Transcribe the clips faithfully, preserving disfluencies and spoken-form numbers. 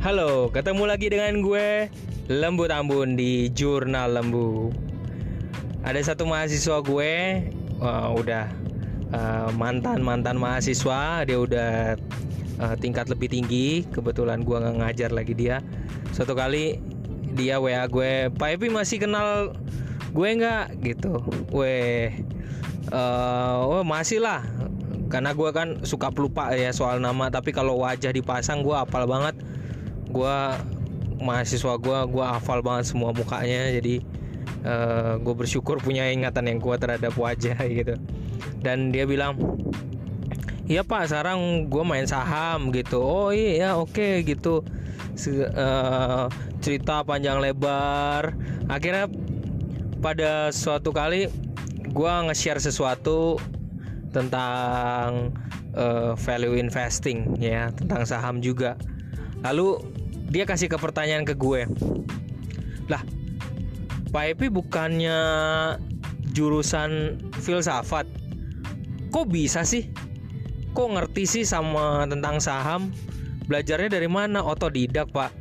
Halo, ketemu lagi dengan gue Lembu Tambun di Jurnal Lembu. Ada satu mahasiswa gue, wah, udah uh, mantan-mantan mahasiswa. Dia udah uh, tingkat lebih tinggi. Kebetulan gue nggak ngajar lagi dia. Suatu kali dia W A gue, "Pak Epi masih kenal gue nggak?" gitu. Weh, uh, oh masih lah. Karena gue kan suka pelupa ya soal nama. Tapi kalau wajah dipasang gue hafal banget. Gue mahasiswa gue, gue hafal banget semua mukanya. Jadi uh, gue bersyukur punya ingatan yang kuat terhadap wajah gitu. Dan dia bilang, "Iya Pak, sekarang gue main saham gitu." "Oh iya, oke okay, gitu." Uh, cerita panjang lebar. Akhirnya pada suatu kali gue nge-share sesuatu tentang uh, value investing ya, tentang saham juga. Lalu dia kasih ke pertanyaan ke gue, "Lah, Pak Epi bukannya jurusan filsafat, kok bisa sih? Kok ngerti sih sama tentang saham? Belajarnya dari mana?" "Otodidak Pak."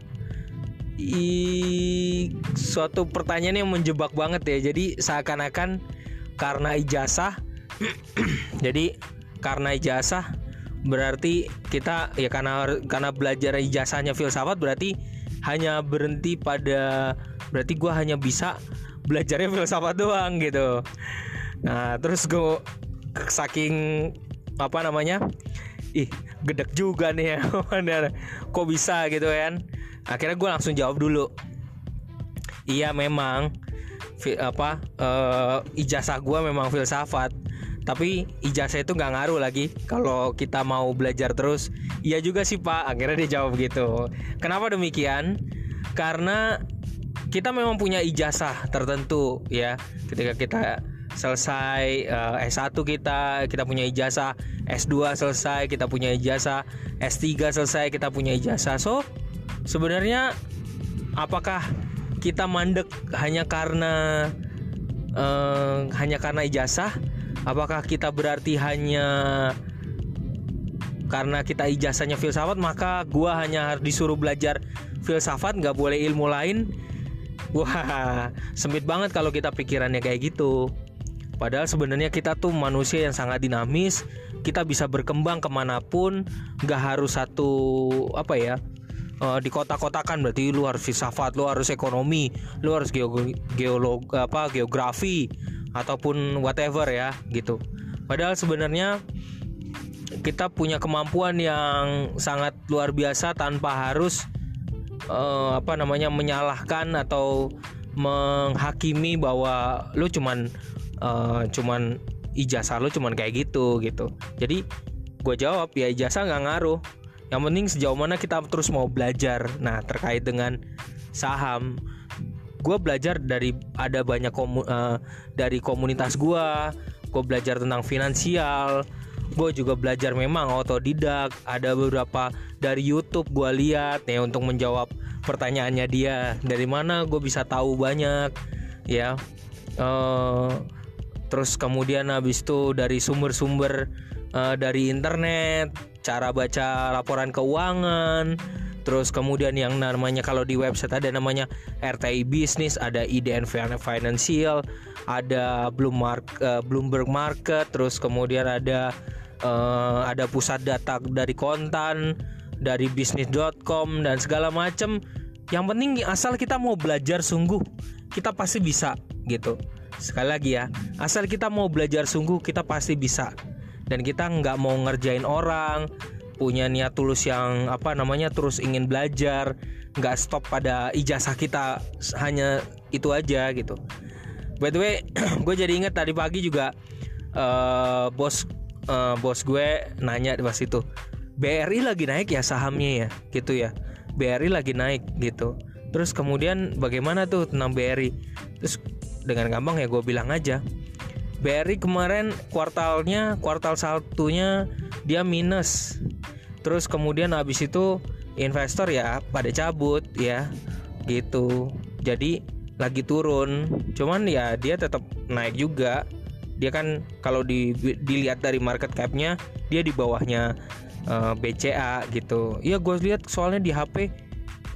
I, suatu pertanyaan yang menjebak banget ya. Jadi seakan-akan karena ijazah jadi karena ijazah berarti kita ya karena karena belajar ijazahnya filsafat berarti hanya berhenti pada berarti gue hanya bisa belajarnya filsafat doang gitu. Nah terus gue saking apa namanya ih gedek juga nih ya kok bisa gitu kan. Akhirnya gue langsung jawab dulu, iya memang fi, apa uh, ijazah gue memang filsafat. Tapi ijazah itu gak ngaruh lagi kalau kita mau belajar terus. "Iya juga sih Pak." Akhirnya dia jawab gitu. Kenapa demikian? Karena kita memang punya ijazah tertentu ya. Ketika kita selesai uh, S satu kita kita punya ijazah, S dua selesai kita punya ijazah, S tiga selesai kita punya ijazah. So sebenarnya apakah kita mandek hanya karena uh, hanya karena ijazah? Apakah kita berarti hanya karena kita ijazahnya filsafat maka gua hanya harus disuruh belajar filsafat, gak boleh ilmu lain? Wah, sempit banget kalau kita pikirannya kayak gitu. Padahal sebenarnya kita tuh manusia yang sangat dinamis. Kita bisa berkembang kemanapun. Gak harus satu apa ya uh, di kota-kotakan berarti lu harus filsafat, lu harus ekonomi, lu harus geologi, geolog apa geografi ataupun whatever ya gitu. Padahal sebenarnya kita punya kemampuan yang sangat luar biasa tanpa harus uh, apa namanya menyalahkan atau menghakimi bahwa lu cuman uh, cuman ijazah lu cuman kayak gitu gitu. Jadi gue jawab ya ijazah nggak ngaruh. Yang penting sejauh mana kita terus mau belajar. Nah terkait dengan saham, gue belajar dari ada banyak komu, uh, dari komunitas gue. Gue belajar tentang finansial. Gue juga belajar memang otodidak. Ada beberapa dari YouTube gue lihat ya untuk menjawab pertanyaannya dia. Dari mana gue bisa tahu banyak ya. Uh, terus kemudian habis itu dari sumber-sumber uh, dari internet, cara baca laporan keuangan. Terus kemudian yang namanya kalau di website ada namanya R T I Business, ada I D N Financial, ada Bloomberg, uh, Bloomberg Market, terus kemudian ada uh, ada pusat data dari kontan, dari bisnis dot com dan segala macam. Yang penting asal kita mau belajar sungguh, kita pasti bisa gitu. Sekali lagi ya, asal kita mau belajar sungguh, kita pasti bisa. Dan kita nggak mau ngerjain orang, punya niat tulus yang apa namanya terus ingin belajar, nggak stop pada ijazah kita hanya itu aja gitu. By the way, gue jadi inget tadi pagi juga uh, bos uh, bos gue nanya pas itu, B R I lagi naik ya sahamnya ya gitu ya, B R I lagi naik gitu. Terus kemudian bagaimana tuh tentang B R I? Terus dengan gampang ya gue bilang aja, B R I kemarin kuartalnya kuartal satunya dia minus. Terus kemudian habis itu investor ya pada cabut ya gitu. Jadi lagi turun. Cuman ya dia tetap naik juga. Dia kan kalau di, dilihat dari market cap-nya dia di bawahnya uh, B C A gitu. Iya gue lihat soalnya di H P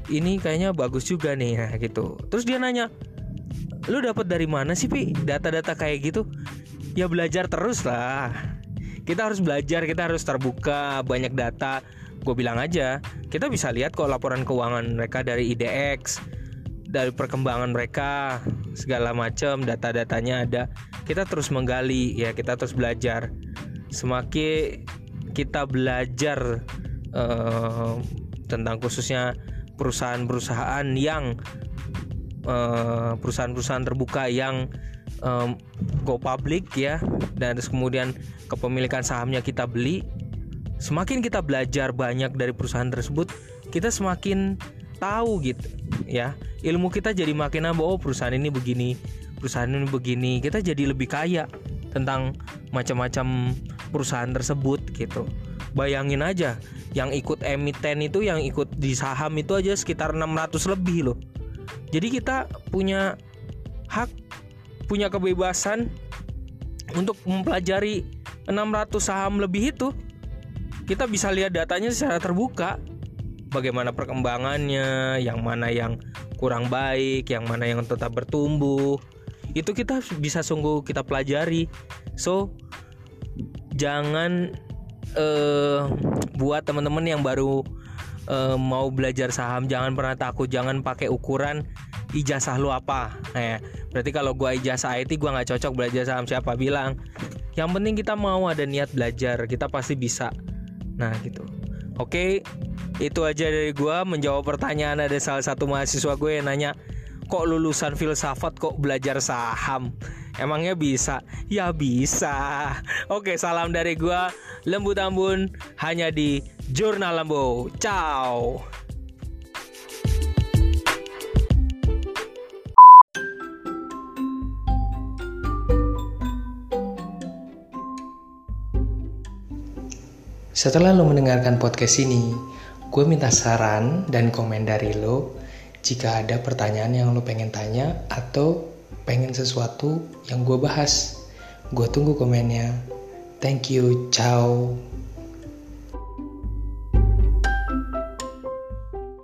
ini kayaknya bagus juga nih, nah gitu. Terus dia nanya, lu dapat dari mana sih Pi data-data kayak gitu? Ya belajar terus lah. Kita harus belajar, kita harus terbuka, banyak data. Gue bilang aja, kita bisa lihat kok laporan keuangan mereka dari I D X, dari perkembangan mereka, segala macam, data-datanya ada. Kita terus menggali, ya kita terus belajar. Semakin kita belajar uh, tentang khususnya perusahaan-perusahaan yang uh, perusahaan-perusahaan terbuka yang um, go public ya, dan kemudian kepemilikan sahamnya kita beli, semakin kita belajar banyak dari perusahaan tersebut, kita semakin tahu gitu ya, ilmu kita jadi makin nambah. Oh perusahaan ini begini, perusahaan ini begini, kita jadi lebih kaya tentang macam-macam perusahaan tersebut gitu. Bayangin aja, yang ikut emiten itu, yang ikut di saham itu aja sekitar enam ratus lebih loh. Jadi kita punya hak, punya kebebasan untuk mempelajari enam ratus saham lebih itu. Kita bisa lihat datanya secara terbuka, bagaimana perkembangannya, yang mana yang kurang baik, yang mana yang tetap bertumbuh. Itu kita bisa sungguh kita pelajari. So jangan Uh, buat teman-teman yang baru uh, mau belajar saham, jangan pernah takut, jangan pakai ukuran ijazah lu apa. Nah, berarti kalau gua ijazah I T gua nggak cocok belajar saham, siapa bilang? Yang penting kita mau ada niat belajar, kita pasti bisa. Nah gitu. Oke, itu aja dari gua menjawab pertanyaan. Ada salah satu mahasiswa gue yang nanya, kok lulusan filsafat kok belajar saham? Emangnya bisa? Ya bisa. Oke, salam dari gua, Lembu Tambun, hanya di Jurnal Lembu. Ciao. Setelah lo mendengarkan podcast ini, gue minta saran dan komen dari lo jika ada pertanyaan yang lo pengen tanya atau pengen sesuatu yang gue bahas. Gue tunggu komennya. Thank you, ciao.